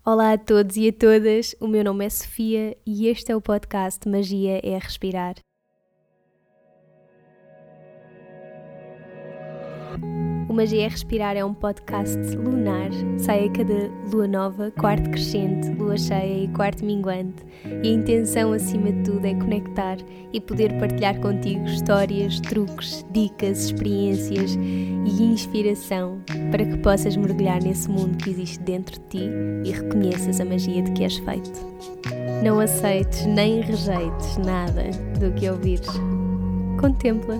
Olá a todos e a todas, o meu nome é Sofia e este é o podcast Magia é Respirar. O Magia é Respirar é um podcast lunar, sai a cada lua nova, quarto crescente, lua cheia e quarto minguante, e a intenção acima de tudo é conectar e poder partilhar contigo histórias, truques, dicas, experiências e inspiração para que possas mergulhar nesse mundo que existe dentro de ti e reconheças a magia de que és feito. Não aceites nem rejeites nada do que ouvires. Contempla.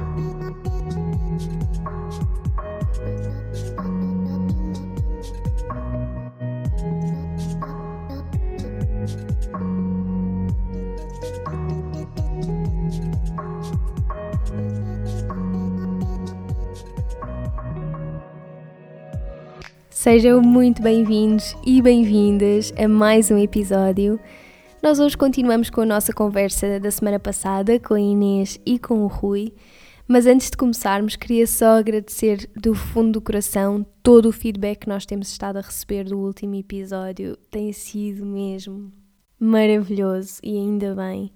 Sejam muito bem-vindos e bem-vindas a mais um episódio. Nós hoje continuamos com a nossa conversa da semana passada com a Inês e com o Rui, mas antes de começarmos queria só agradecer do fundo do coração todo o feedback que nós temos estado a receber do último episódio. Tem sido mesmo maravilhoso e ainda bem.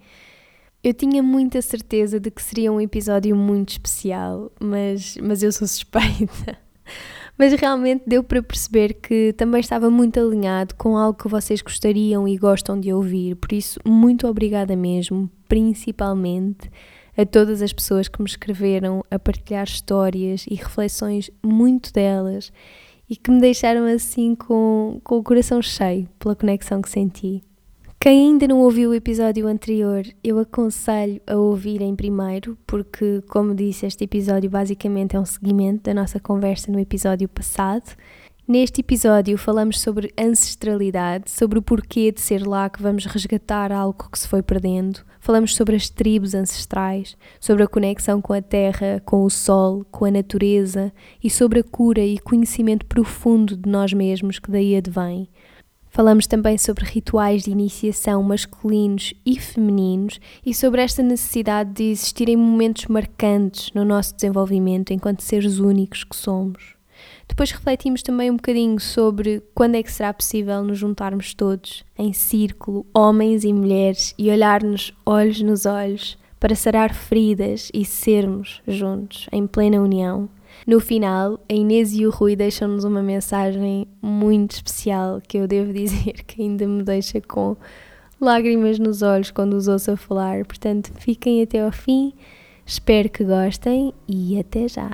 Eu tinha muita certeza de que seria um episódio muito especial, mas eu sou suspeita. Mas realmente deu para perceber que também estava muito alinhado com algo que vocês gostariam e gostam de ouvir. Por isso, muito obrigada mesmo, principalmente a todas as pessoas que me escreveram a partilhar histórias e reflexões, muito delas, e que me deixaram assim com o coração cheio pela conexão que senti. Quem ainda não ouviu o episódio anterior, eu aconselho a ouvir em primeiro, porque, como disse, este episódio basicamente é um seguimento da nossa conversa no episódio passado. Neste episódio falamos sobre ancestralidade, sobre o porquê de ser lá que vamos resgatar algo que se foi perdendo. Falamos sobre as tribos ancestrais, sobre a conexão com a terra, com o sol, com a natureza e sobre a cura e conhecimento profundo de nós mesmos que daí advém. Falamos também sobre rituais de iniciação masculinos e femininos e sobre esta necessidade de existirem momentos marcantes no nosso desenvolvimento enquanto seres únicos que somos. Depois refletimos também um bocadinho sobre quando é que será possível nos juntarmos todos, em círculo, homens e mulheres, e olhar-nos olhos nos olhos para sarar feridas e sermos juntos, em plena união. No final, a Inês e o Rui deixam-nos uma mensagem muito especial que eu devo dizer que ainda me deixa com lágrimas nos olhos quando os ouço a falar. Portanto, fiquem até ao fim, espero que gostem e até já!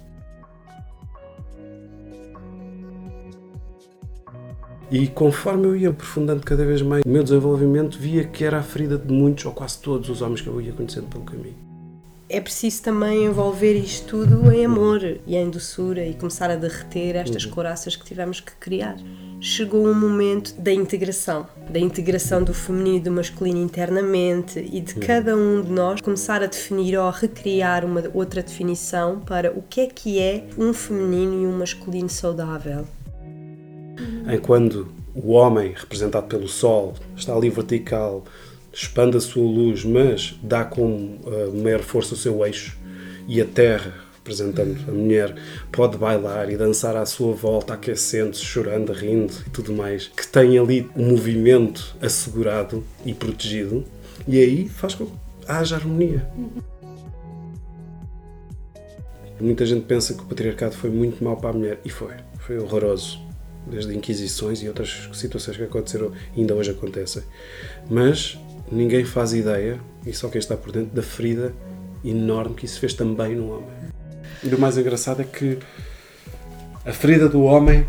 E conforme eu ia aprofundando cada vez mais o meu desenvolvimento, via que era a ferida de muitos ou quase todos os homens que eu ia conhecendo pelo caminho. É preciso também envolver isto tudo em amor e em doçura e começar a derreter estas couraças que tivemos que criar. Chegou um momento da integração do feminino e do masculino internamente e de cada um de nós começar a definir ou a recriar uma outra definição para o que é um feminino e um masculino saudável. Enquanto o homem, representado pelo sol, está ali vertical, expande a sua luz, mas dá com maior força o seu eixo, e a terra, representando a mulher, pode bailar e dançar à sua volta, aquecendo-se, chorando, rindo e tudo mais, que tem ali um movimento assegurado e protegido, e aí faz com que haja harmonia. Muita gente pensa que o patriarcado foi muito mau para a mulher, e foi horroroso, desde inquisições e outras situações que aconteceram e ainda hoje acontecem, mas ninguém faz ideia, e só quem está por dentro, da ferida enorme que isso fez também no homem. E o mais engraçado é que a ferida do homem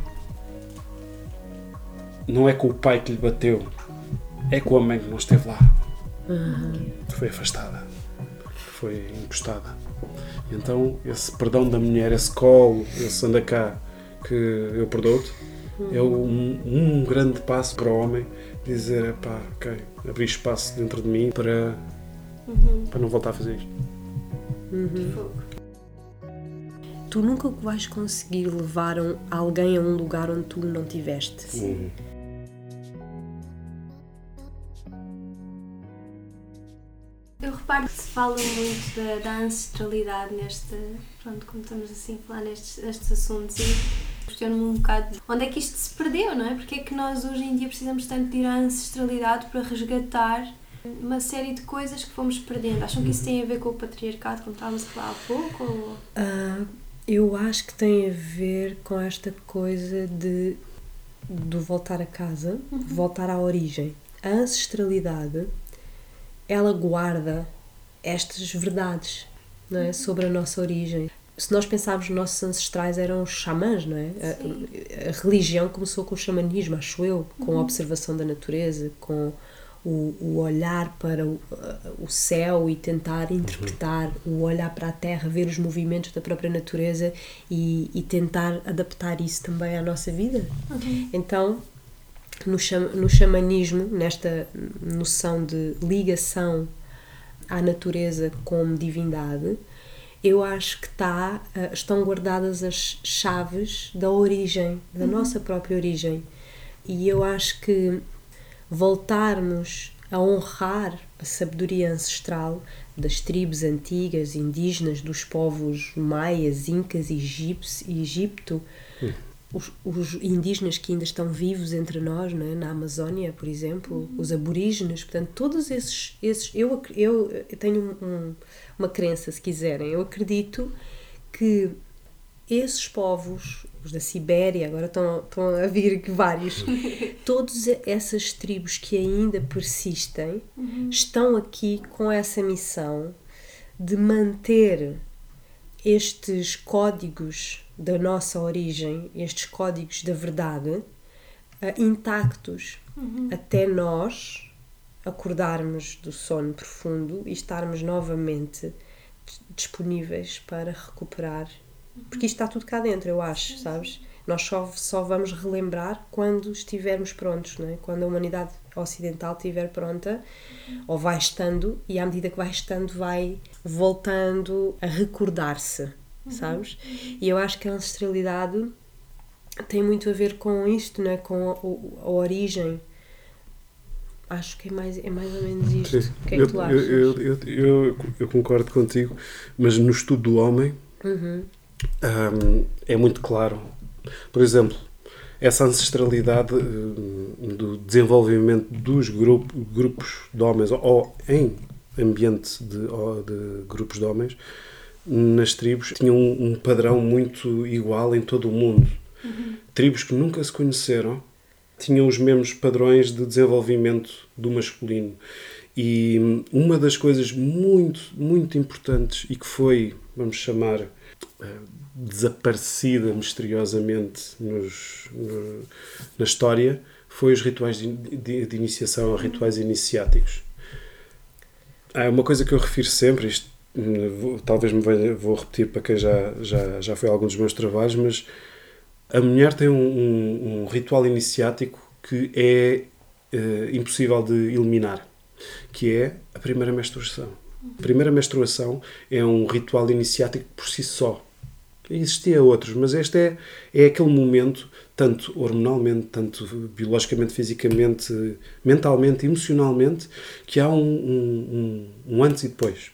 não é com o pai que lhe bateu, é com a mãe que não esteve lá. Foi afastada, foi encostada. E então esse perdão da mulher, esse colo, esse anda cá que eu perdoo-te, é um grande passo para o homem dizer, ok, abrir espaço dentro de mim para não voltar a fazer isto. Tu nunca vais conseguir levar alguém a um lugar onde tu não estiveste. Eu reparo que se fala muito da ancestralidade quando estamos assim a falar nestes assuntos, e questiono-me um bocado onde é que isto se perdeu, não é? Porque é que nós hoje em dia precisamos tanto de ir à ancestralidade para resgatar uma série de coisas que fomos perdendo? Acham que isso tem a ver com o patriarcado, como estávamos a falar há pouco? Ou... Eu acho que tem a ver com esta coisa do voltar a casa, voltar à origem. A ancestralidade, ela guarda estas verdades, não é? Sobre a nossa origem. Se nós pensarmos, nossos ancestrais eram os xamãs, não é? A religião começou com o xamanismo, acho eu, com a observação da natureza, com o olhar para o céu e tentar interpretar, o olhar para a terra, ver os movimentos da própria natureza e tentar adaptar isso também à nossa vida. Então, no xamanismo, nesta noção de ligação à natureza como divindade, eu acho que estão guardadas as chaves da origem, da nossa própria origem. E eu acho que voltarmos a honrar a sabedoria ancestral das tribos antigas, indígenas, dos povos maias, incas, Egito, os indígenas que ainda estão vivos entre nós, não é? Na Amazónia, por exemplo, os aborígenes, portanto, todos esses eu tenho uma crença, se quiserem, eu acredito que esses povos, os da Sibéria, agora estão a vir vários, todas essas tribos que ainda persistem, estão aqui com essa missão de manter estes códigos da nossa origem, estes códigos da verdade, intactos, até nós acordarmos do sono profundo e estarmos novamente disponíveis para recuperar. Porque isto está tudo cá dentro, eu acho, sabes? Nós só vamos relembrar quando estivermos prontos, não é? Quando a humanidade ocidental estiver pronta, ou vai estando, e à medida que vai estando, vai voltando a recordar-se, sabes? E eu acho que a ancestralidade tem muito a ver com isto, não é? Com a origem. Acho que é mais ou menos isto. Sim. O que é que tu achas? Eu concordo contigo, mas no estudo do homem é muito claro. Por exemplo, essa ancestralidade do desenvolvimento dos grupos de homens ou em ambiente de grupos de homens nas tribos tinham um padrão muito igual em todo o mundo. Tribos que nunca se conheceram tinham os mesmos padrões de desenvolvimento do masculino. E uma das coisas muito, muito importantes e que foi, vamos chamar, desaparecida misteriosamente na história foi os rituais de iniciação, rituais iniciáticos. Há uma coisa que eu refiro sempre, isto talvez vou repetir para quem já foi a algum dos meus trabalhos, mas a mulher tem um ritual iniciático que é impossível de eliminar, que é a primeira menstruação. A primeira menstruação é um ritual iniciático por si só. Existia outros, mas este é aquele momento, tanto hormonalmente, tanto biologicamente, fisicamente, mentalmente, emocionalmente, que há um antes e depois.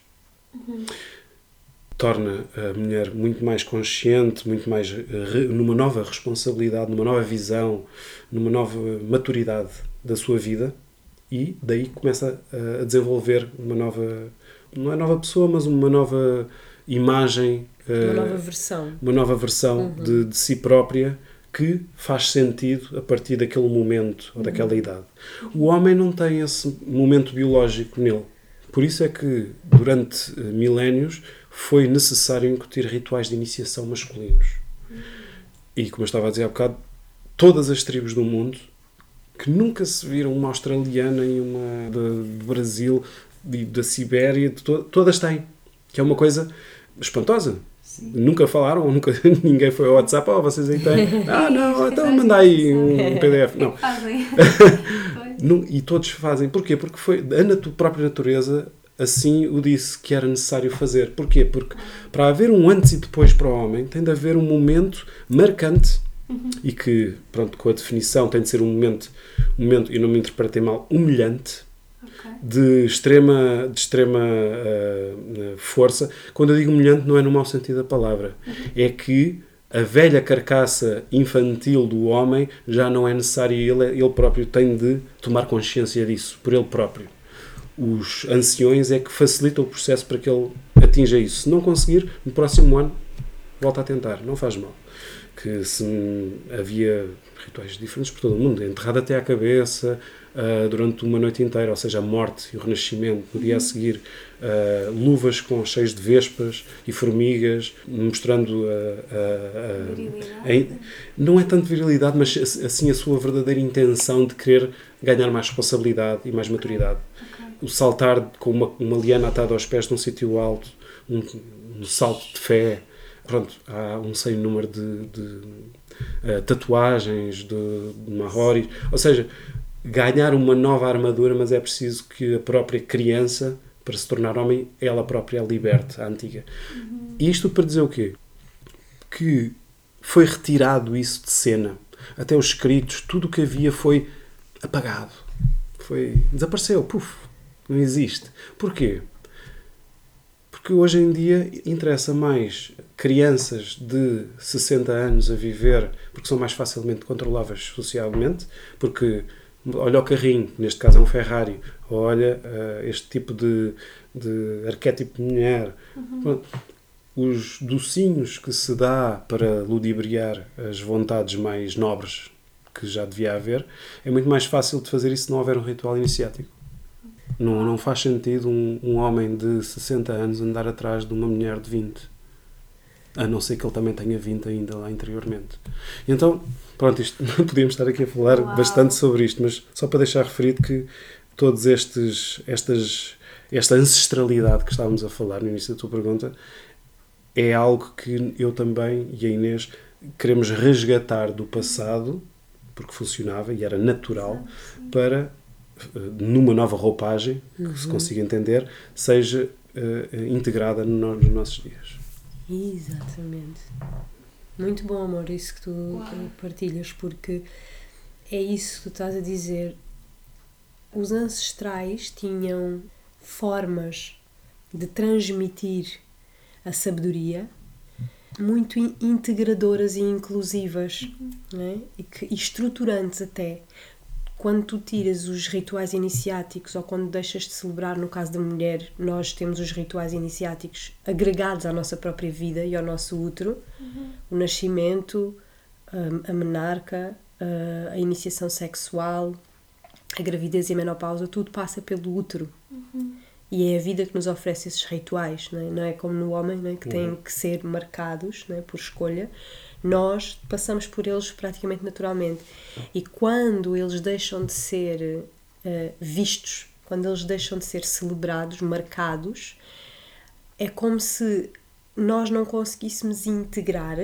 Torna a mulher muito mais consciente, muito mais numa nova responsabilidade, numa nova visão, numa nova maturidade da sua vida, e daí começa a desenvolver uma nova, não é nova pessoa, mas uma nova imagem, uma nova versão de si própria, que faz sentido a partir daquele momento ou daquela idade. O homem não tem esse momento biológico nele. Por isso é que durante milénios foi necessário incutir rituais de iniciação masculinos. E, como eu estava a dizer há bocado, todas as tribos do mundo que nunca se viram, uma australiana e uma do Brasil, da Sibéria, todas têm. Que é uma coisa espantosa. Sim. Nunca falaram, ninguém foi ao WhatsApp, vocês aí têm. Não, então manda aí um PDF. Não. Fazem. E todos fazem. Porquê? Porque foi a própria natureza assim o disse que era necessário fazer. Porquê? Porque para haver um antes e depois para o homem tem de haver um momento marcante e que, pronto, com a definição tem de ser um momento, e não me interpretem mal, humilhante, de extrema força. Quando eu digo humilhante não é no mau sentido da palavra, é que a velha carcaça infantil do homem já não é necessária e ele próprio tem de tomar consciência disso, por ele próprio. Os anciões é que facilitam o processo para que ele atinja isso. Se não conseguir, no próximo ano, volta a tentar, não faz mal. Que havia rituais diferentes por todo o mundo, enterrado até à cabeça durante uma noite inteira, ou seja, a morte e o renascimento, no dia a seguir, luvas cheias de vespas e formigas, mostrando não é tanto virilidade, mas assim a sua verdadeira intenção de querer ganhar mais responsabilidade e mais maturidade. Okay. O saltar com uma liana atada aos pés num sítio alto, um salto de fé. Pronto, há um sem número de tatuagens, de mahori, ou seja, ganhar uma nova armadura, mas é preciso que a própria criança, para se tornar homem, ela própria liberte a antiga. E isto para dizer o quê? Que foi retirado isso de cena. Até os escritos, tudo o que havia foi apagado. Desapareceu, não existe. Porquê? Porque hoje em dia interessa mais crianças de 60 anos a viver, porque são mais facilmente controláveis socialmente, porque olha o carrinho, neste caso é um Ferrari, olha este tipo de arquétipo de mulher. Os docinhos que se dá para ludibriar as vontades mais nobres que já devia haver, é muito mais fácil de fazer isso se não houver um ritual iniciático. Não faz sentido um homem de 60 anos andar atrás de uma mulher de 20. A não ser que ele também tenha 20 ainda lá interiormente. Então, pronto, podíamos estar aqui a falar bastante sobre isto, mas só para deixar referido que todos esta ancestralidade que estávamos a falar no início da tua pergunta é algo que eu também e a Inês queremos resgatar do passado, porque funcionava e era natural, para numa nova roupagem, que se consiga entender, seja integrada nos nossos dias. Exatamente. Muito bom, amor, isso que tu partilhas, porque é isso que tu estás a dizer. Os ancestrais tinham formas de transmitir a sabedoria muito integradoras e inclusivas, né? E estruturantes até. Quando tu tiras os rituais iniciáticos ou quando deixas de celebrar, no caso da mulher, nós temos os rituais iniciáticos agregados à nossa própria vida e ao nosso útero, o nascimento, a menarca, a iniciação sexual, a gravidez e a menopausa, tudo passa pelo útero. E é a vida que nos oferece esses rituais, não é como no homem, não é? Que têm que ser marcados, não é? Por escolha. Nós passamos por eles praticamente naturalmente. E quando eles deixam de ser vistos, quando eles deixam de ser celebrados, marcados, é como se nós não conseguíssemos integrar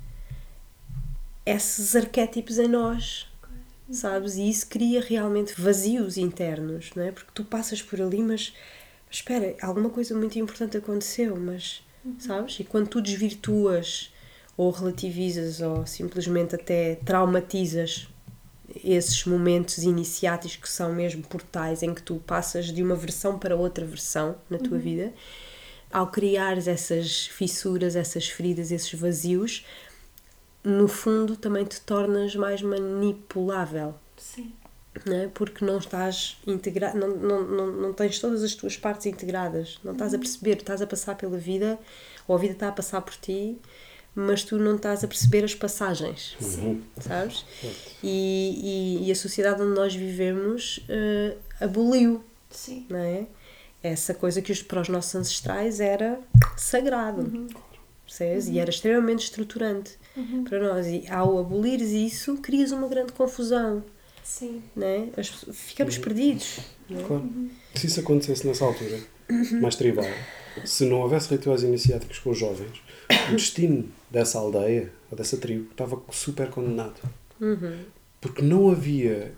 esses arquétipos em nós, sabes? E isso cria realmente vazios internos, não é? Porque tu passas por ali, mas espera, alguma coisa muito importante aconteceu, mas, sabes? E quando tu desvirtuas ou relativizas ou simplesmente até traumatizas esses momentos iniciáticos que são mesmo portais em que tu passas de uma versão para outra versão na tua vida, ao criares essas fissuras, essas feridas, esses vazios, no fundo também te tornas mais manipulável. Sim. Não é? Porque não estás integrado, não tens todas as tuas partes integradas, não estás a perceber, estás a passar pela vida, ou a vida está a passar por ti, mas tu não estás a perceber as passagens, sabes? E a sociedade onde nós vivemos aboliu, não é? Essa coisa que para os nossos ancestrais era sagrado, percebes? E era extremamente estruturante para nós. E ao abolires isso, crias uma grande confusão. Sim. Não é? Ficamos perdidos. Não é? Claro. Se isso acontecesse nessa altura, mais tribal, se não houvesse rituais iniciáticos com os jovens, o destino dessa aldeia ou dessa tribo estava super condenado. Porque não havia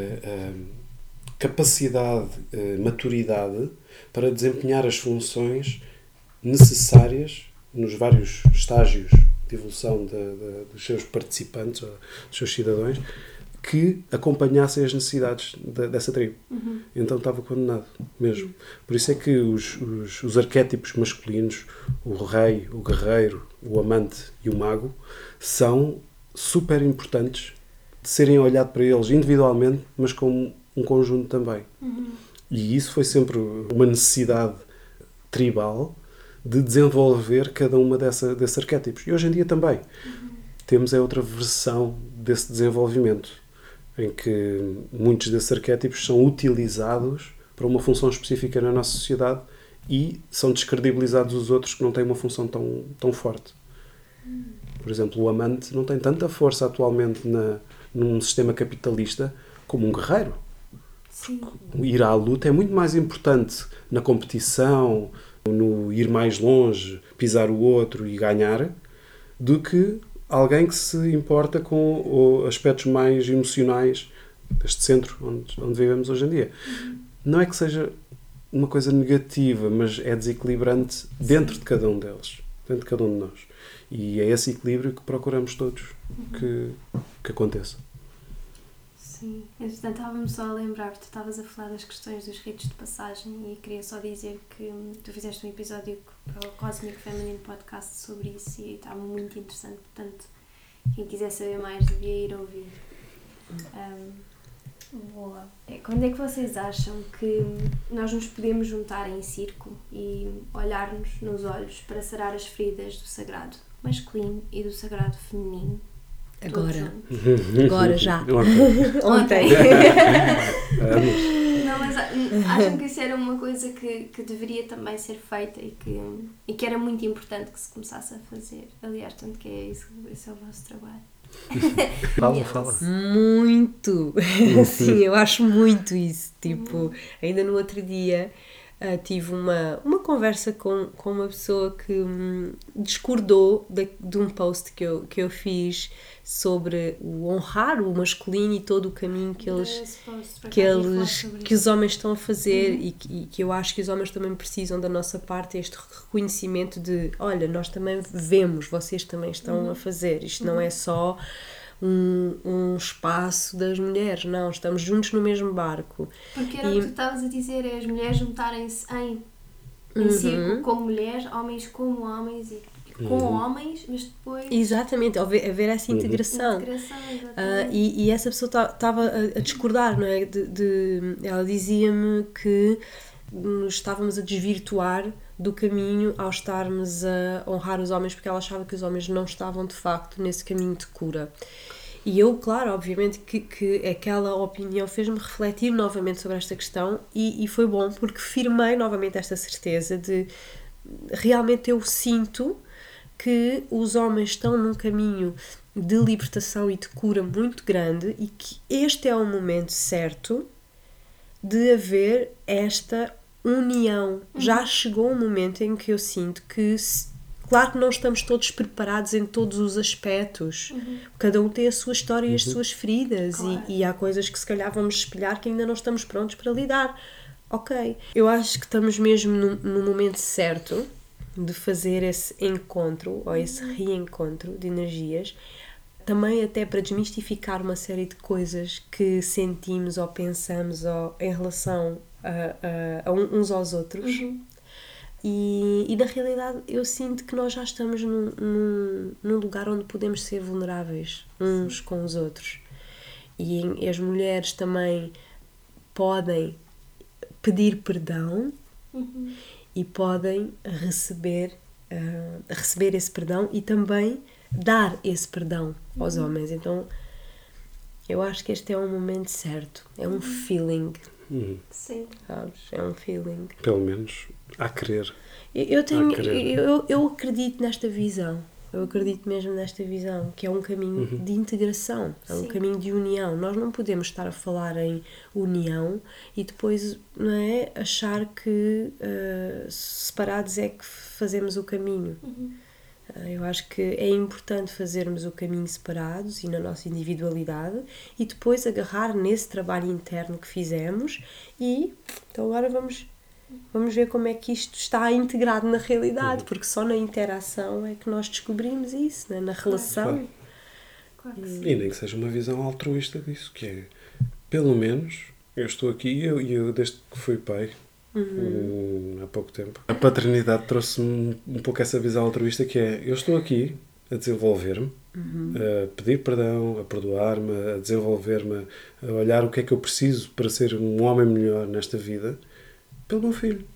capacidade, maturidade para desempenhar as funções necessárias nos vários estágios de evolução dos seus participantes ou dos seus cidadãos, que acompanhassem as necessidades dessa tribo. Então estava condenado mesmo. Por isso é que os arquétipos masculinos, o rei, o guerreiro, o amante e o mago, são super importantes de serem olhados para eles individualmente, mas como um conjunto também. E isso foi sempre uma necessidade tribal de desenvolver cada uma desses arquétipos. E hoje em dia também. Temos outra versão desse desenvolvimento, em que muitos desses arquétipos são utilizados para uma função específica na nossa sociedade e são descredibilizados os outros que não têm uma função tão forte. Por exemplo, o amante não tem tanta força atualmente num sistema capitalista como um guerreiro. Sim. Ir à luta é muito mais importante na competição, no ir mais longe, pisar o outro e ganhar, do que alguém que se importa com aspectos mais emocionais deste centro onde vivemos hoje em dia. Não é que seja uma coisa negativa, mas é desequilibrante dentro de cada um deles, dentro de cada um de nós. E é esse equilíbrio que procuramos todos que aconteça. Sim, entretanto estava-me só a lembrar, tu estavas a falar das questões dos ritos de passagem e queria só dizer que tu fizeste um episódio para o Cosmic Feminine Podcast sobre isso e estava muito interessante, portanto quem quiser saber mais devia ir ouvir. Boa. Quando é que vocês acham que nós nos podemos juntar em círculo e olhar-nos nos olhos para sarar as feridas do sagrado masculino e do sagrado feminino? Agora já. Ontem. Vamos. Não, mas acham que isso era uma coisa que deveria também ser feita e que era muito importante que se começasse a fazer. Aliás, tanto que esse é o vosso trabalho. Fala. Muito! Sim, eu acho muito isso. Tipo, ainda no outro dia tive uma conversa com uma pessoa que discordou de um post que eu fiz sobre o honrar o masculino e todo o caminho que os homens estão a fazer e que eu acho que os homens também precisam da nossa parte, este reconhecimento de, olha, nós também vemos, vocês também estão a fazer, isto não é só um espaço das mulheres, não, estamos juntos no mesmo barco. Porque era o que tu estavas a dizer, é as mulheres juntarem-se em círculo como mulheres, homens como homens e com homens, mas depois... Exatamente, haver essa integração. E essa pessoa estava a discordar, não é? Ela dizia-me que nos estávamos a desvirtuar do caminho ao estarmos a honrar os homens, porque ela achava que os homens não estavam de facto nesse caminho de cura. E eu, claro, obviamente que aquela opinião fez-me refletir novamente sobre esta questão e foi bom porque firmei novamente esta certeza de realmente eu sinto que os homens estão num caminho de libertação e de cura muito grande e que este é o momento certo de haver esta união. Já chegou um momento em que eu sinto que, claro que não estamos todos preparados em todos os aspectos. Cada um tem a sua história e as suas feridas. Claro. E há coisas que se calhar vamos espelhar que ainda não estamos prontos para lidar. Ok. Eu acho que estamos mesmo no momento certo de fazer esse encontro ou esse reencontro de energias, também até para desmistificar uma série de coisas que sentimos ou pensamos em relação a uns aos outros. E na realidade eu sinto que nós já estamos num lugar onde podemos ser vulneráveis uns com os outros e as mulheres também podem pedir perdão e podem receber esse perdão e também dar esse perdão aos homens. Então eu acho que este é um momento certo, é um feeling. Sim. Sabes? É um feeling. Pelo menos a querer. Eu acredito nesta visão. Eu acredito mesmo nesta visão, que é um caminho de integração, é um caminho de união. Nós não podemos estar a falar em união e depois, não é, achar que separados é que fazemos o caminho. Eu acho que é importante fazermos o caminho separados e na nossa individualidade e depois agarrar nesse trabalho interno que fizemos e então agora vamos ver como é que isto está integrado na realidade, porque só na interação é que nós descobrimos isso, né? Na relação. Claro que sim. E nem que seja uma visão altruísta disso, que é, pelo menos, eu estou aqui e eu desde que fui pai, há pouco tempo, a paternidade trouxe-me um pouco essa visão altruísta, que é, eu estou aqui a desenvolver-me, a pedir perdão, a perdoar-me, a desenvolver-me, a olhar o que é que eu preciso para ser um homem melhor nesta vida, pelo meu filho.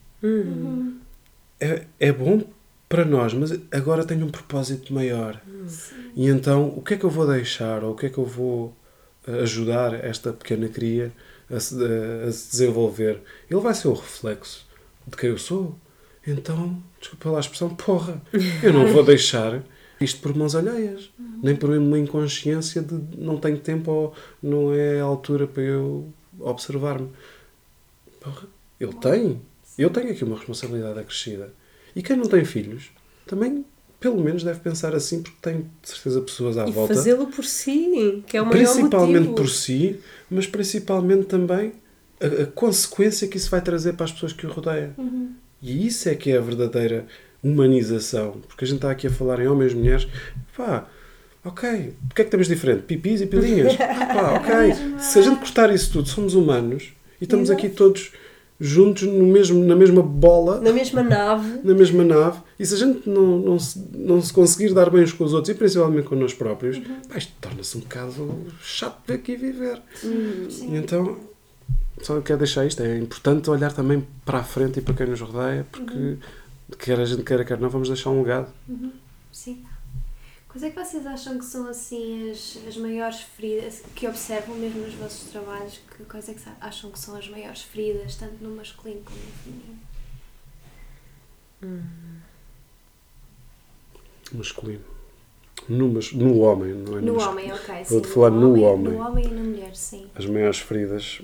É bom para nós, mas agora tenho um propósito maior. E então, o que é que eu vou deixar, ou o que é que eu vou ajudar esta pequena cria a se desenvolver? Ele vai ser o reflexo de quem eu sou. Então, desculpa lá a expressão, porra, eu não vou deixar isto por mãos alheias, nem por uma inconsciência de não tenho tempo ou não é a altura para eu observar-me. Porra, eu tenho aqui uma responsabilidade acrescida. E quem não tem filhos, também, pelo menos, deve pensar assim, porque tem, de certeza, pessoas à volta. E fazê-lo por si, que é o maior principalmente motivo. por si, mas principalmente também a consequência que isso vai trazer para as pessoas que o rodeiam. E isso é que é a verdadeira humanização. Porque a gente está aqui a falar em homens e mulheres. Pá, ok, porque é que temos diferente? Pipis e pilinhas? Pá, ok. Se a gente cortar isso tudo, somos humanos e estamos aqui todos juntos na mesma bola, na mesma nave, e se a gente não se conseguir dar bem uns com os outros, e principalmente com nós próprios, pá, isto torna-se um bocado chato de aqui viver. E então, só quero deixar isto, é importante olhar também para a frente e para quem nos rodeia, porque quer a gente queira, quer não, vamos deixar um legado. Sim. Quais é que vocês acham que são assim as maiores feridas que observam mesmo nos vossos trabalhos? Quais é que acham que são as maiores feridas, tanto no masculino como no feminino? Masculino. No homem, não é? No homem, ok. Vou-te falar no homem. No homem e na mulher, sim. As maiores feridas...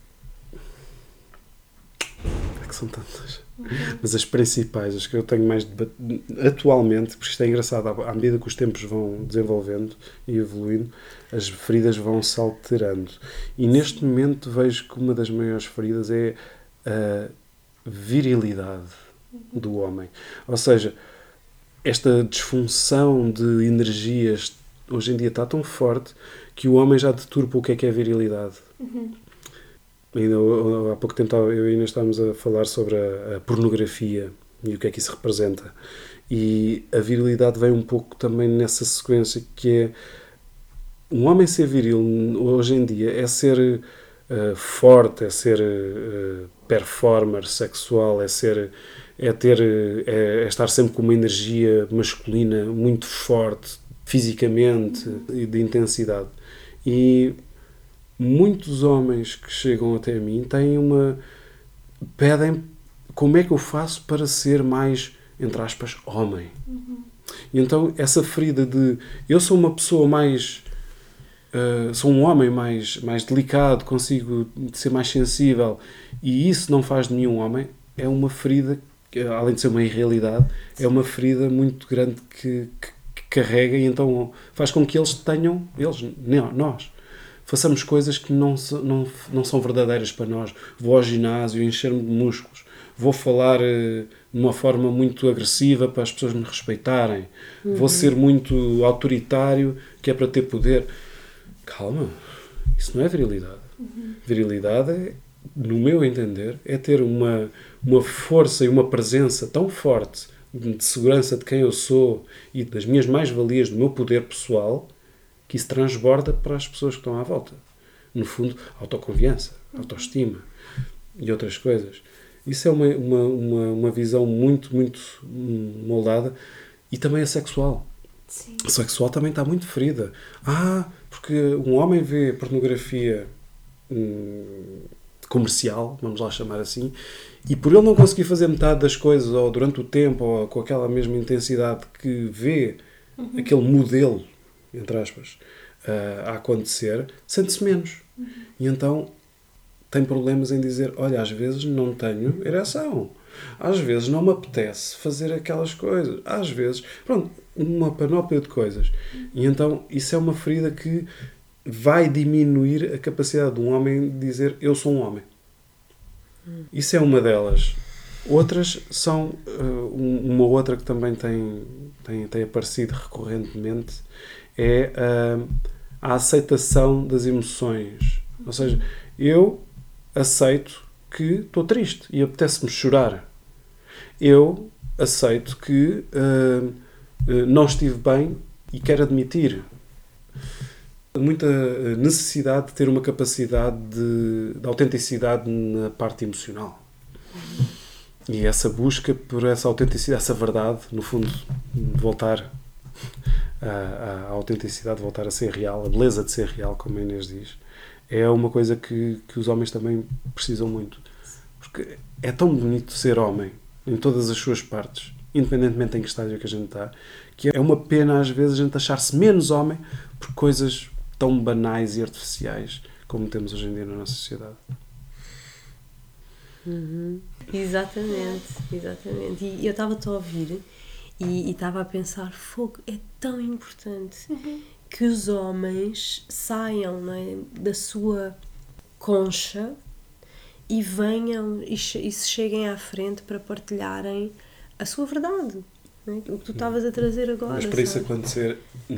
É que são tantas. Mas as principais, as que eu tenho mais atualmente, porque isto é engraçado, à medida que os tempos vão desenvolvendo e evoluindo, as feridas vão se alterando. E neste momento vejo que uma das maiores feridas é a virilidade do homem. Ou seja, esta disfunção de energias hoje em dia está tão forte que o homem já deturpa o que é virilidade. Ainda há pouco tempo eu e Inês estávamos a falar sobre a pornografia e o que é que isso representa. E a virilidade vem um pouco também nessa sequência, que é um homem ser viril hoje em dia é ser forte, é ser performer sexual, é estar sempre com uma energia masculina muito forte, fisicamente e de intensidade. E muitos homens que chegam até mim pedem como é que eu faço para ser mais, entre aspas, homem. E então essa ferida de eu sou uma pessoa mais sou um homem mais delicado, consigo ser mais sensível, e isso não faz de mim um homem, é uma ferida que, além de ser uma irrealidade, é uma ferida muito grande que carrega, e então faz com que nós façamos coisas que não são verdadeiras para nós. Vou ao ginásio, encher-me de músculos, vou falar de uma forma muito agressiva para as pessoas me respeitarem, vou ser muito autoritário, que é para ter poder. Calma, isso não é virilidade. Virilidade é, no meu entender, é ter uma força e uma presença tão forte de segurança de quem eu sou e das minhas mais-valias, do meu poder pessoal, que isso transborda para as pessoas que estão à volta. No fundo, autoconfiança, autoestima e outras coisas. Isso é uma visão muito, muito moldada. E também a sexual. Sim. A sexual também está muito ferida. Porque um homem vê pornografia comercial, vamos lá chamar assim, e por ele não conseguir fazer metade das coisas, ou durante o tempo, ou com aquela mesma intensidade que vê aquele modelo, entre aspas, a acontecer, sente-se menos. E então tem problemas em dizer, olha, às vezes não tenho ereção, às vezes não me apetece fazer aquelas coisas, às vezes, pronto, uma panóplia de coisas. E então isso é uma ferida que vai diminuir a capacidade de um homem de dizer, eu sou um homem. Isso é uma delas. Outras são, uma outra que também tem aparecido recorrentemente, é a aceitação das emoções. Ou seja, eu aceito que estou triste e apetece-me chorar. Eu aceito que não estive bem e quero admitir. Muita necessidade de ter uma capacidade de autenticidade na parte emocional. E essa busca por essa autenticidade, essa verdade, no fundo, de voltar à autenticidade, de voltar a ser real, a beleza de ser real, como a Inês diz, é uma coisa que os homens também precisam muito. Porque é tão bonito ser homem, em todas as suas partes, independentemente em que estágio que a gente está, que é uma pena às vezes a gente achar-se menos homem por coisas tão banais e artificiais como temos hoje em dia na nossa sociedade. Exatamente. E eu estava-te a ouvir e estava a pensar, fogo, é tão importante que os homens saiam, não é, da sua concha e venham e se cheguem à frente para partilharem a sua verdade, não é? O que tu estavas a trazer agora. Mas para isso acontecer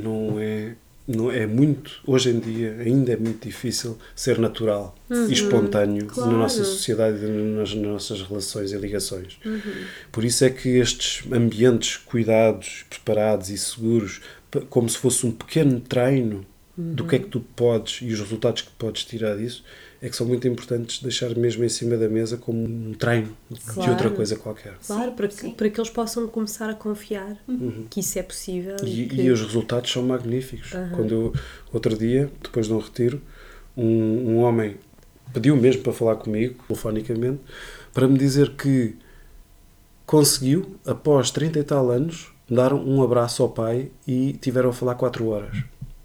não é muito, hoje em dia ainda é muito difícil ser natural e espontâneo na nossa sociedade e nas nossas relações e ligações. Por isso é que estes ambientes cuidados, preparados e seguros, como se fosse um pequeno treino do que é que tu podes e os resultados que podes tirar disso, é que são muito importantes deixar mesmo em cima da mesa como um treino de outra coisa qualquer. Claro, para que eles possam começar a confiar que isso é possível. E os resultados são magníficos. Quando eu, outro dia, depois de um retiro, um homem pediu mesmo para falar comigo, telefonicamente, para me dizer que conseguiu, após 30 e tal anos, dar um abraço ao pai e tiveram a falar 4 horas.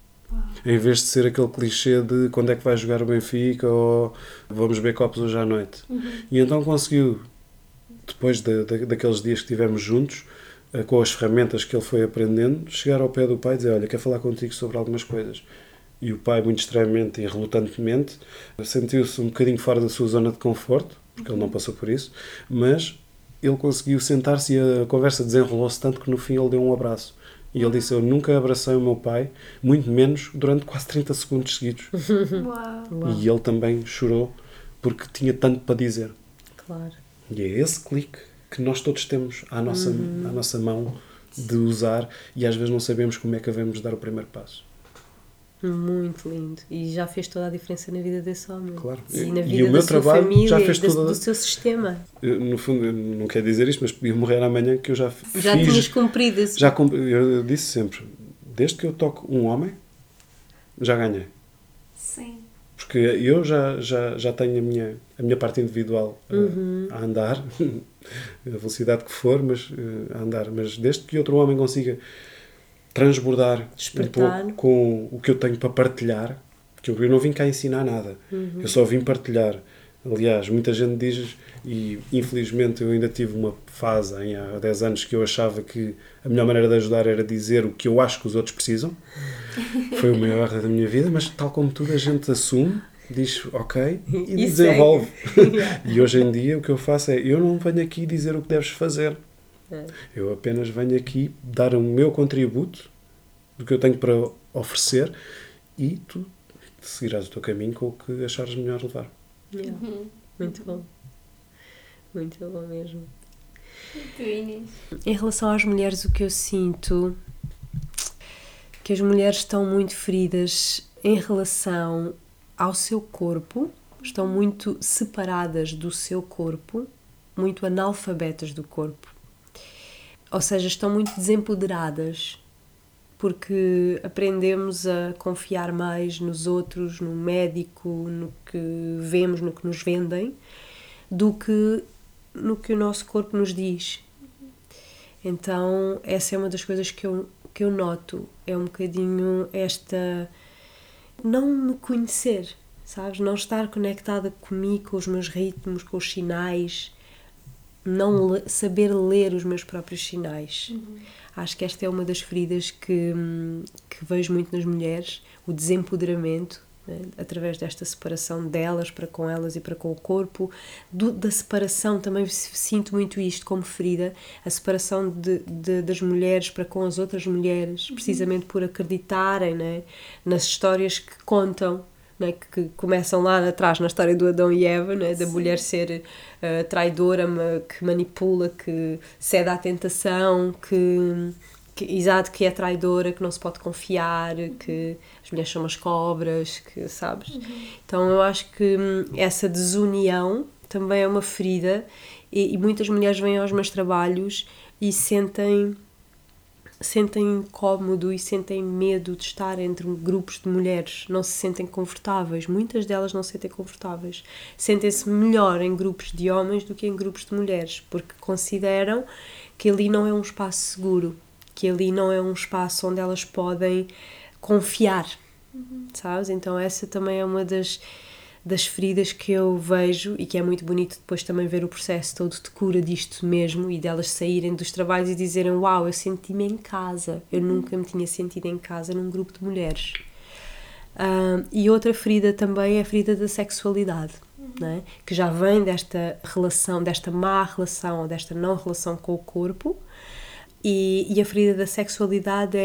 Em vez de ser aquele clichê de quando é que vai jogar o Benfica ou vamos beber copos hoje à noite. E então conseguiu, depois daqueles dias que estivemos juntos, com as ferramentas que ele foi aprendendo, chegar ao pé do pai e dizer, olha, quero falar contigo sobre algumas coisas. E o pai, muito estranhamente e relutantemente, sentiu-se um bocadinho fora da sua zona de conforto, porque ele não passou por isso, mas ele conseguiu sentar-se e a conversa desenrolou-se tanto que no fim ele deu um abraço. E ele disse, eu nunca abracei o meu pai, muito menos durante quase 30 segundos seguidos. Uau. E ele também chorou porque tinha tanto para dizer. Claro. E é esse clique que nós todos temos à nossa mão de usar e às vezes não sabemos como é que devemos dar o primeiro passo. Muito lindo. E já fez toda a diferença na vida desse homem. Claro. E na vida E o meu da sua trabalho família, já fez do seu sistema. No fundo, eu não quero dizer isto, mas podia morrer amanhã que eu já fiz. Já tinhas cumprido esse... Eu disse sempre, desde que eu toco um homem, já ganhei. Sim. Porque eu já tenho a minha parte individual a andar, a velocidade que for, mas a andar. Mas desde que outro homem consiga transbordar despertar um pouco com o que eu tenho para partilhar, porque eu não vim cá ensinar nada, eu só vim partilhar. Aliás, muita gente diz, e infelizmente eu ainda tive uma fase há 10 anos que eu achava que a melhor maneira de ajudar era dizer o que eu acho que os outros precisam. Foi o maior erro da minha vida, mas tal como tudo a gente assume, diz ok e desenvolve. E hoje em dia o que eu faço é, eu não venho aqui dizer o que deves fazer. Eu apenas venho aqui dar o meu contributo do que eu tenho para oferecer e tu seguirás o teu caminho com o que achares melhor levar. Muito bom. Muito bom mesmo. Tu, Inês? Em relação às mulheres, o que eu sinto que as mulheres estão muito feridas em relação ao seu corpo, estão muito separadas do seu corpo, muito analfabetas do corpo. Ou seja, estão muito desempoderadas porque aprendemos a confiar mais nos outros, no médico, no que vemos, no que nos vendem, do que no que o nosso corpo nos diz. Então, essa é uma das coisas que eu noto, é um bocadinho esta... não me conhecer, sabes? Não estar conectada comigo, com os meus ritmos, com os sinais, não saber ler os meus próprios sinais. Acho que esta é uma das feridas que vejo muito nas mulheres, o desempoderamento né? Através desta separação delas para com elas e para com o corpo, da separação também sinto muito isto como ferida, a separação das mulheres para com as outras mulheres, precisamente por acreditarem, né? Nas histórias que contam, né? Que começam lá atrás na história do Adão e Eva, né? Da mulher ser traidora, que manipula, que cede à tentação, exato, que é traidora, que não se pode confiar, que as mulheres são umas cobras, que sabes? Então eu acho que essa desunião também é uma ferida e muitas mulheres vêm aos meus trabalhos e sentem incómodo e sentem medo de estar entre grupos de mulheres, não se sentem confortáveis, muitas delas não se sentem confortáveis, sentem-se melhor em grupos de homens do que em grupos de mulheres, porque consideram que ali não é um espaço seguro, que ali não é um espaço onde elas podem confiar, sabes? Então essa também é uma das feridas que eu vejo e que é muito bonito depois também ver o processo todo de cura disto mesmo e delas saírem dos trabalhos e dizerem: uau, eu senti-me em casa, eu nunca me tinha sentido em casa num grupo de mulheres. E outra ferida também é a ferida da sexualidade, né? Que já vem desta relação, desta má relação ou desta não relação com o corpo. E a ferida da sexualidade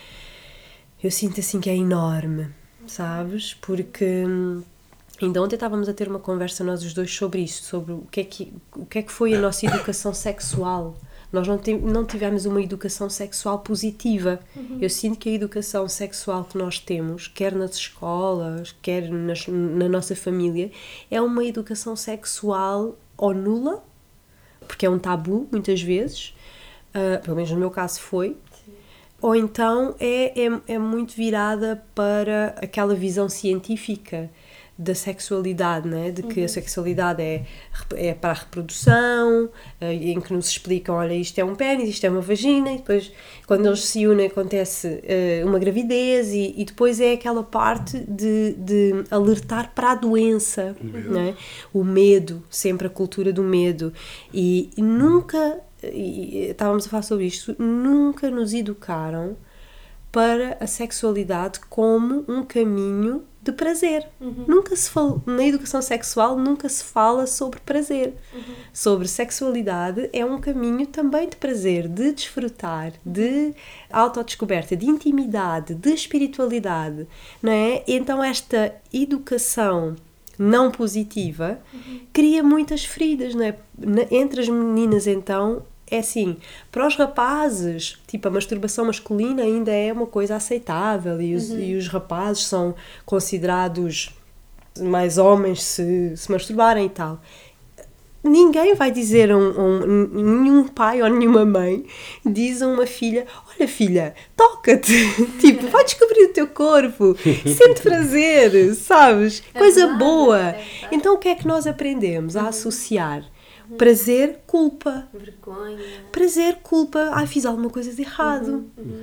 eu sinto assim que é enorme, sabes? Porque ainda ontem estávamos a ter uma conversa nós os dois sobre isto, sobre o que é que foi a nossa educação sexual. Nós não tivemos uma educação sexual positiva. Eu sinto que a educação sexual que nós temos, quer nas escolas, quer na nossa família, é uma educação sexual ou nula, porque é um tabu muitas vezes, pelo menos no meu caso foi. Sim. Ou então é muito virada para aquela visão científica da sexualidade, né? De que a sexualidade é para a reprodução, em que nos explicam, olha, isto é um pênis, isto é uma vagina, e depois quando eles se unem acontece uma gravidez e depois é aquela parte de alertar para a doença, né? O medo, sempre a cultura do medo, e nunca, e estávamos a falar sobre isto, nunca nos educaram para a sexualidade como um caminho de prazer. Nunca se fala, na educação sexual nunca se fala sobre prazer. Sobre sexualidade é um caminho também de prazer, de desfrutar, de autodescoberta, de intimidade, de espiritualidade, não é? Então esta educação não positiva cria muitas feridas, não é? Entre as meninas, então, é assim, para os rapazes, tipo, a masturbação masculina ainda é uma coisa aceitável e os rapazes são considerados mais homens se masturbarem e tal. Ninguém vai dizer nenhum pai ou nenhuma mãe diz a uma filha: olha filha, toca-te, tipo, vai descobrir o teu corpo, sente prazer, sabes? Coisa boa. Então o que é que nós aprendemos a associar? Prazer, culpa. Vergonha. Prazer, culpa. Ai, fiz alguma coisa de errado.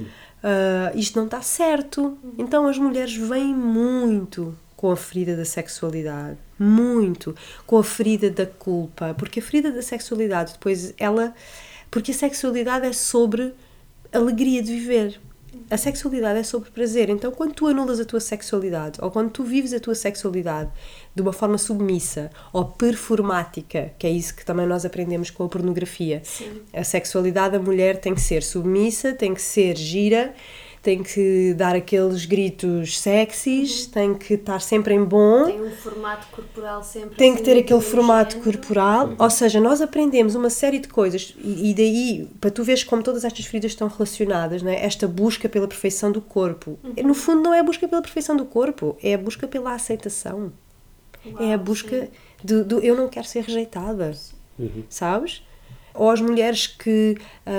Isto não está certo. Então as mulheres vêm muito com a ferida da sexualidade. Muito. Com a ferida da culpa. Porque a ferida da sexualidade, depois porque a sexualidade é sobre alegria de viver. A sexualidade é sobre prazer. Então, quando tu anulas a tua sexualidade, ou quando tu vives a tua sexualidade de uma forma submissa ou performática, que é isso que também nós aprendemos com a pornografia. Sim. A sexualidade da mulher tem que ser submissa, tem que ser gira, tem que dar aqueles gritos sexys, tem que estar sempre em bom. Tem um formato corporal sempre. Tem que ter aquele formato corporal. Ou seja, nós aprendemos uma série de coisas e daí, para tu veres como todas estas feridas estão relacionadas, não é? Esta busca pela perfeição do corpo. No fundo não é a busca pela perfeição do corpo, é a busca pela aceitação. Uau, é a busca do eu não quero ser rejeitada. Sabes? Ou as mulheres que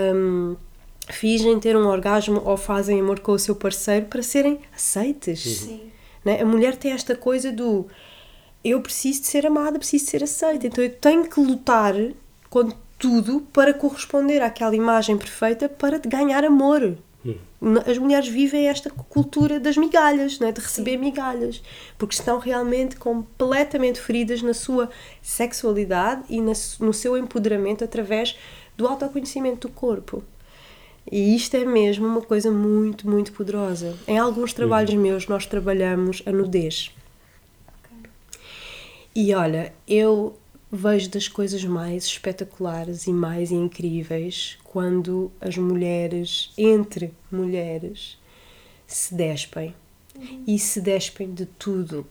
fingem ter um orgasmo ou fazem amor com o seu parceiro para serem aceites. Sim. Né? A mulher tem esta coisa do eu preciso de ser amada, preciso de ser aceita, então eu tenho que lutar com tudo para corresponder àquela imagem perfeita para ganhar amor. As mulheres vivem esta cultura das migalhas, né? De receber migalhas, porque estão realmente completamente feridas na sua sexualidade e no seu empoderamento através do autoconhecimento do corpo. E isto é mesmo uma coisa muito, muito poderosa. Em alguns trabalhos meus nós trabalhamos a nudez. E olha, eu vejo das coisas mais espetaculares e mais incríveis quando as mulheres, entre mulheres, se despem. E se despem de tudo,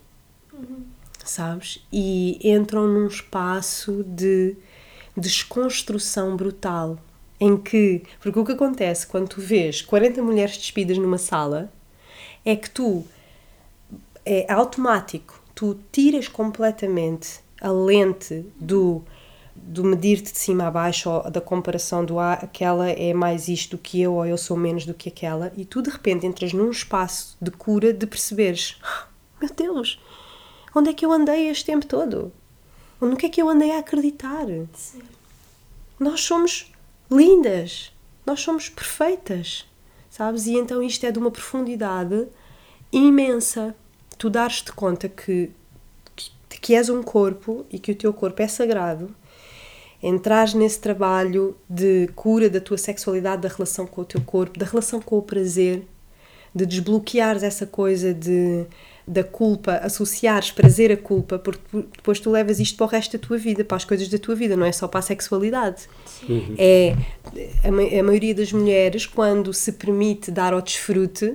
sabes? E entram num espaço de desconstrução brutal, em que, porque o que acontece quando tu vês 40 mulheres despidas numa sala, é que é automático, tu tiras completamente a lente do medir-te de cima a baixo, ou da comparação do aquela é mais isto do que eu, ou eu sou menos do que aquela, e tu de repente entras num espaço de cura de perceberes, meu Deus, onde é que eu andei este tempo todo? No que é que eu andei a acreditar? Sim. Nós somos lindas, nós somos perfeitas, sabes? E então isto é de uma profundidade imensa. Tu dares-te conta que és um corpo e que o teu corpo é sagrado, entrares nesse trabalho de cura da tua sexualidade, da relação com o teu corpo, da relação com o prazer, de desbloqueares essa coisa da culpa, associares prazer à culpa, porque depois tu levas isto para o resto da tua vida, para as coisas da tua vida, não é só para a sexualidade. É a maioria das mulheres, quando se permite dar ao desfrute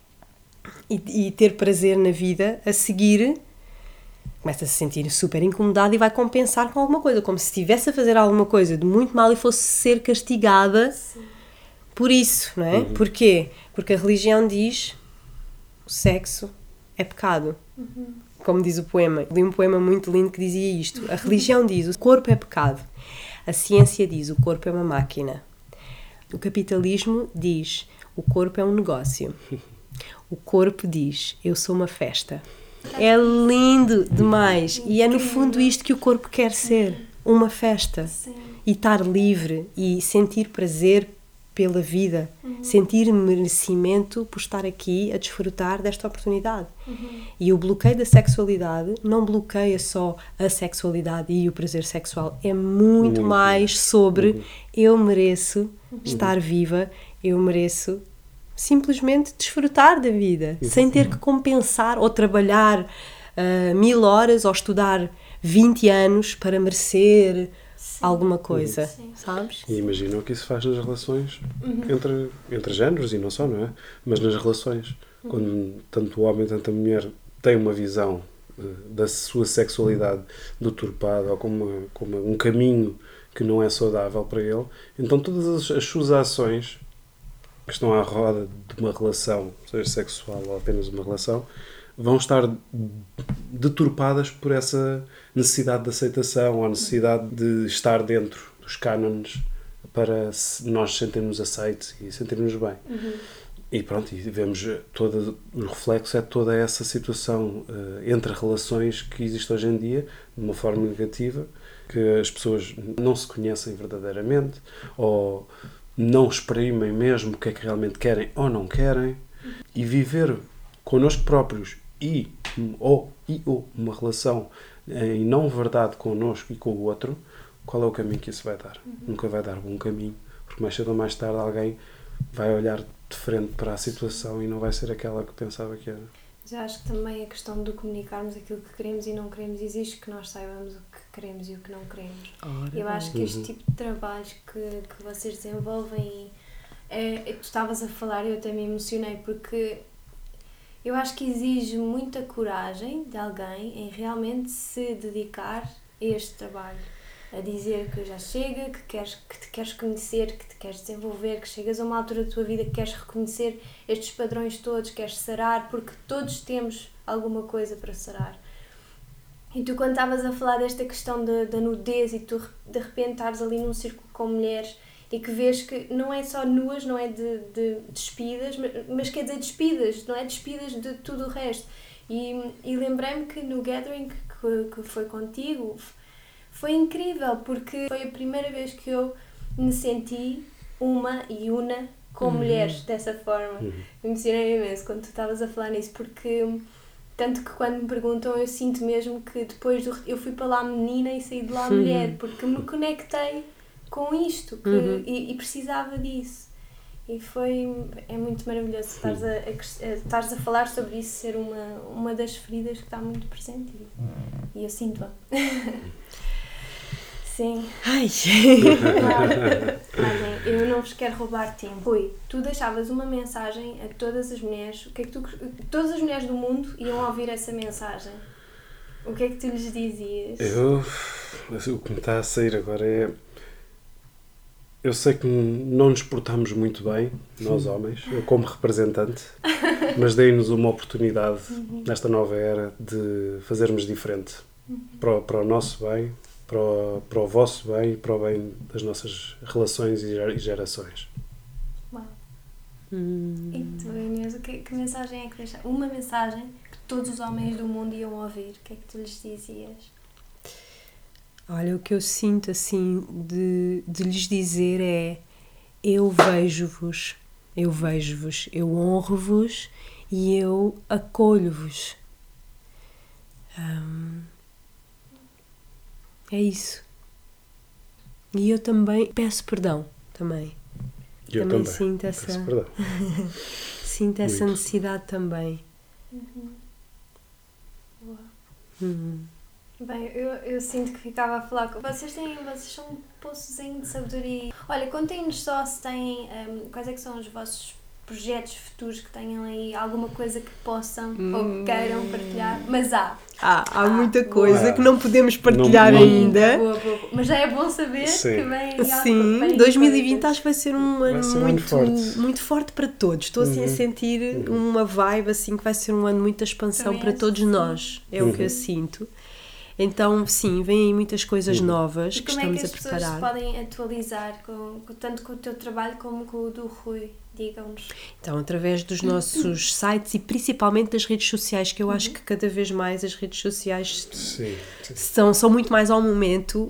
e ter prazer na vida, a seguir começa a se sentir super incomodada e vai compensar com alguma coisa, como se estivesse a fazer alguma coisa de muito mal e fosse ser castigada por isso, não é? Porquê? Porque a religião diz o sexo é pecado. Como diz o poema. Li um poema muito lindo que dizia isto. A religião diz o corpo é pecado. A ciência diz o corpo é uma máquina. O capitalismo diz o corpo é um negócio. O corpo diz eu sou uma festa. É lindo demais. E é no fundo isto que o corpo quer ser. Uma festa. E estar livre e sentir prazer pela vida, sentir merecimento por estar aqui a desfrutar desta oportunidade. E o bloqueio da sexualidade não bloqueia só a sexualidade e o prazer sexual, é muito mais sobre eu mereço estar viva, eu mereço simplesmente desfrutar da vida, sem ter que compensar ou trabalhar 1000 horas ou estudar 20 anos para merecer alguma coisa, sabes? E imagina o que isso faz nas relações entre géneros e não só, não é? Mas nas relações, quando tanto o homem, tanto a mulher têm uma visão da sua sexualidade deturpada ou como um caminho que não é saudável para ele, então todas as suas ações que estão à roda de uma relação, seja sexual ou apenas uma relação, vão estar deturpadas por essa necessidade de aceitação ou a necessidade de estar dentro dos cânones para nós sentirmos aceitos e sentirmos bem. E pronto, e vemos todo o reflexo é toda essa situação entre relações que existe hoje em dia de uma forma negativa, que as pessoas não se conhecem verdadeiramente ou não exprimem mesmo o que é que realmente querem ou não querem, e viver connosco próprios ou uma relação em não verdade connosco e com o outro, qual é o caminho que isso vai dar? Nunca vai dar bom caminho, porque mais cedo ou mais tarde alguém vai olhar de frente para a situação e não vai ser aquela que pensava que era. Mas eu acho que também a questão de comunicarmos aquilo que queremos e não queremos exige que nós saibamos o que queremos e o que não queremos. Eu acho que este tipo de trabalhos que vocês desenvolvem, tu estavas a falar e eu até me emocionei, porque eu acho que exige muita coragem de alguém em realmente se dedicar a este trabalho. A dizer que já chega, que te queres conhecer, que te queres desenvolver, que chegas a uma altura da tua vida que queres reconhecer estes padrões todos, queres sarar, porque todos temos alguma coisa para sarar. E tu, quando estavas a falar desta questão da nudez e tu de repente estares ali num círculo com mulheres e que vês que não é só nuas, não é de despidas, mas quer dizer despidas, não é despidas de tudo o resto. E lembrei-me que no gathering que foi contigo, foi incrível, porque foi a primeira vez que eu me senti uma e una com mulheres dessa forma. Me emocionei imenso quando tu estavas a falar nisso, porque tanto que quando me perguntam eu sinto mesmo que depois eu fui para lá menina e saí de lá mulher, porque me conectei com isto e precisava disso. E é muito maravilhoso estares a falar sobre isso, ser uma das feridas que está muito presente e eu sinto-a. Sim. Ai! Olhem, eu não vos quero roubar tempo. Rui, tu deixavas uma mensagem a todas as mulheres, todas as mulheres do mundo iam ouvir essa mensagem. O que é que tu lhes dizias? O que me está a sair agora é... Eu sei que não nos portamos muito bem, nós homens, eu como representante, mas dei-nos uma oportunidade nesta nova era de fazermos diferente. Para o nosso bem, para o vosso bem e para o bem das nossas relações e gerações. Uau. E tu, Inês, que mensagem é que deixaste? Uma mensagem que todos os homens do mundo iam ouvir, o que é que tu lhes dizias? Olha, o que eu sinto assim de lhes dizer é: eu vejo-vos, eu honro-vos e eu acolho-vos. É isso. E eu também peço perdão também. Eu também sinto peço essa perdão. sinto essa necessidade também. Bem, eu sinto que ficava a falar com vocês são um poçozinho de sabedoria. Olha, contem-nos só se têm quais é que são os vossos projetos futuros, que tenham aí alguma coisa que possam ou que queiram partilhar, mas há muita coisa boa. Que não podemos partilhar Não. ainda. Boa. Mas já é bom saber Sim. que vem Sim, 2020 acho que vai ser um ano forte. muito forte para todos. Estou assim a sentir uma vibe assim que vai ser um ano de muita expansão também para todos nós. É o que eu sinto. Então, sim, vêm aí muitas coisas novas que estamos a preparar. Como é que as pessoas podem atualizar, tanto com o teu trabalho como com o do Rui? Digam-nos. Então, através dos nossos sites e principalmente das redes sociais, que eu acho que cada vez mais as redes sociais são muito mais ao momento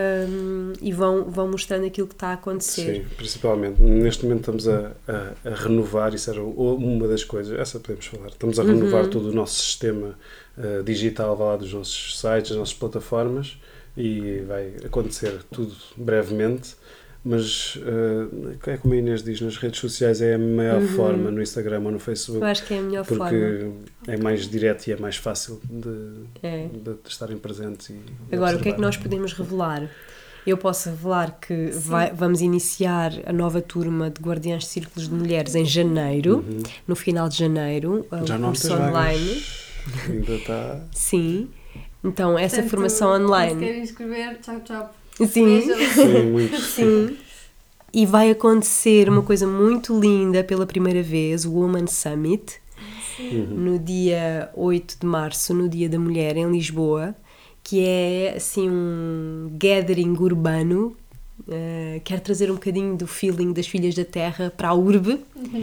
e vão mostrando aquilo que está a acontecer. Sim, principalmente. Neste momento estamos a renovar, isso era uma das coisas, essa podemos falar, estamos a renovar todo o nosso sistema digital, lá dos nossos sites, das nossas plataformas, e vai acontecer tudo brevemente. Mas é como a Inês diz, nas redes sociais é a maior forma, no Instagram ou no Facebook. Eu acho que é a melhor forma. Porque é mais direto e é mais fácil de estarem presentes. Agora, o que é que nós podemos revelar? Eu posso revelar que vamos iniciar a nova turma de Guardiães de Círculos de Mulheres em janeiro, no final de janeiro. Já não curso online. Ainda está... Sim. Então, essa formação online. Se querem escrever, tchau. Sim. Sim, muito. Sim. E vai acontecer uma coisa muito linda pela primeira vez, o Woman Summit, no dia 8 de março, no Dia da Mulher, em Lisboa, que é assim um gathering urbano. Quero trazer um bocadinho do feeling das Filhas da Terra para a urbe.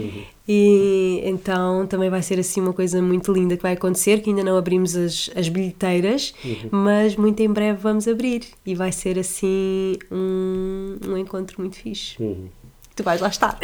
E então também vai ser assim uma coisa muito linda que vai acontecer, que ainda não abrimos as bilheteiras, mas muito em breve vamos abrir e vai ser assim um encontro muito fixe. Tu vais lá estar.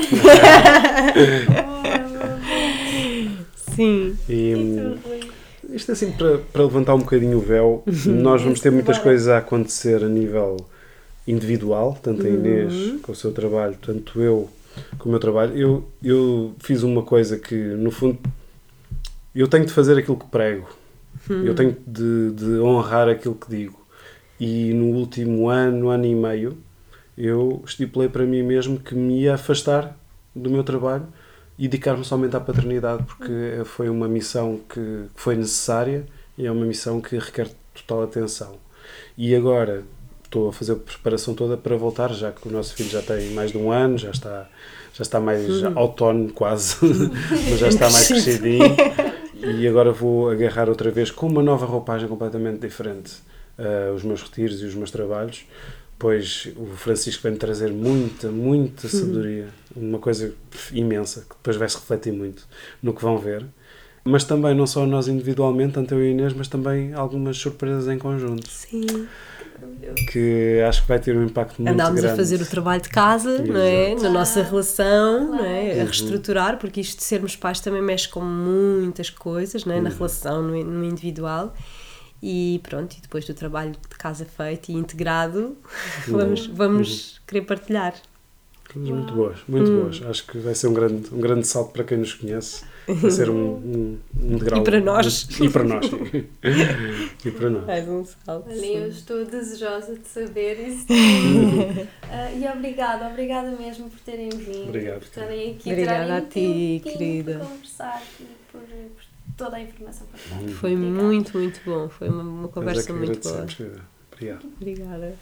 Sim. Isto é assim para levantar um bocadinho o véu. Nós vamos ter muitas coisas a acontecer a nível individual, tanto a Inês com o seu trabalho, tanto eu com o meu trabalho. Eu fiz uma coisa que, no fundo, eu tenho de fazer aquilo que prego. Eu tenho de honrar aquilo que digo. E no último ano e meio, eu estipulei para mim mesmo que me ia afastar do meu trabalho e dedicar-me somente à paternidade, porque foi uma missão que foi necessária e é uma missão que requer total atenção. E agora estou a fazer a preparação toda para voltar, já que o nosso filho já tem mais de um ano, já está mais autónomo quase, mas já está mais crescidinho, e agora vou agarrar outra vez com uma nova roupagem completamente diferente os meus retiros e os meus trabalhos, pois o Francisco vai-me trazer muita sabedoria, uma coisa imensa, que depois vai se refletir muito no que vão ver. Mas também, não só nós individualmente, tanto eu e a Inês, mas também algumas surpresas em conjunto. Sim. Que acho que vai ter um impacto muito grande. Andámos a fazer o trabalho de casa, não é? Na nossa relação, não é? A reestruturar, porque isto de sermos pais também mexe com muitas coisas, não é? Na relação, no individual. E pronto, e depois do trabalho de casa feito e integrado, vamos querer partilhar. Coisas muito boas, muito boas. Acho que vai ser um grande salto para quem nos conhece. Vai ser um degrau. E para nós. E para nós. E para nós. Mais um salto. Olha, eu estou desejosa de saber isso. E obrigada mesmo por terem vindo. Obrigado. Por estarem aqui. Obrigada a ti, querida. Por conversar e por toda a informação para nós. Foi muito, muito bom. Foi uma conversa muito boa. Obrigado. Obrigada.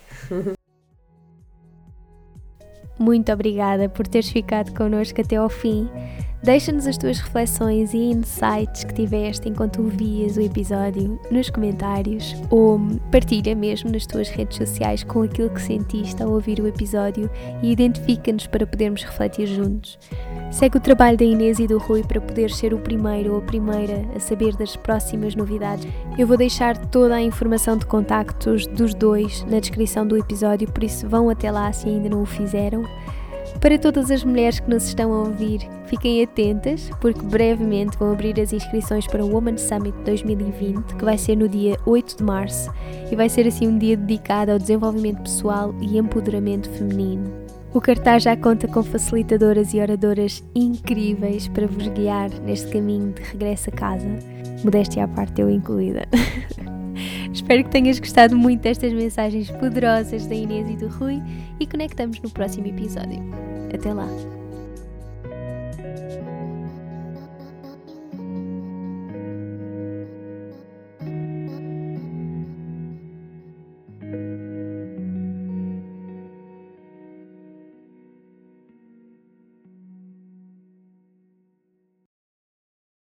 Muito obrigada por teres ficado connosco até ao fim. Deixa-nos as tuas reflexões e insights que tiveste enquanto ouvias o episódio nos comentários ou partilha mesmo nas tuas redes sociais com aquilo que sentiste ao ouvir o episódio e identifica-nos para podermos refletir juntos. Segue o trabalho da Inês e do Rui para poderes ser o primeiro ou a primeira a saber das próximas novidades. Eu vou deixar toda a informação de contactos dos dois na descrição do episódio, por isso vão até lá se ainda não o fizeram. Para todas as mulheres que nos estão a ouvir, fiquem atentas, porque brevemente vão abrir as inscrições para o Women's Summit 2020, que vai ser no dia 8 de março, e vai ser assim um dia dedicado ao desenvolvimento pessoal e empoderamento feminino. O cartaz já conta com facilitadoras e oradoras incríveis para vos guiar neste caminho de regresso a casa, modéstia à parte eu incluída. Espero que tenhas gostado muito destas mensagens poderosas da Inês e do Rui e conectamos no próximo episódio. Até lá!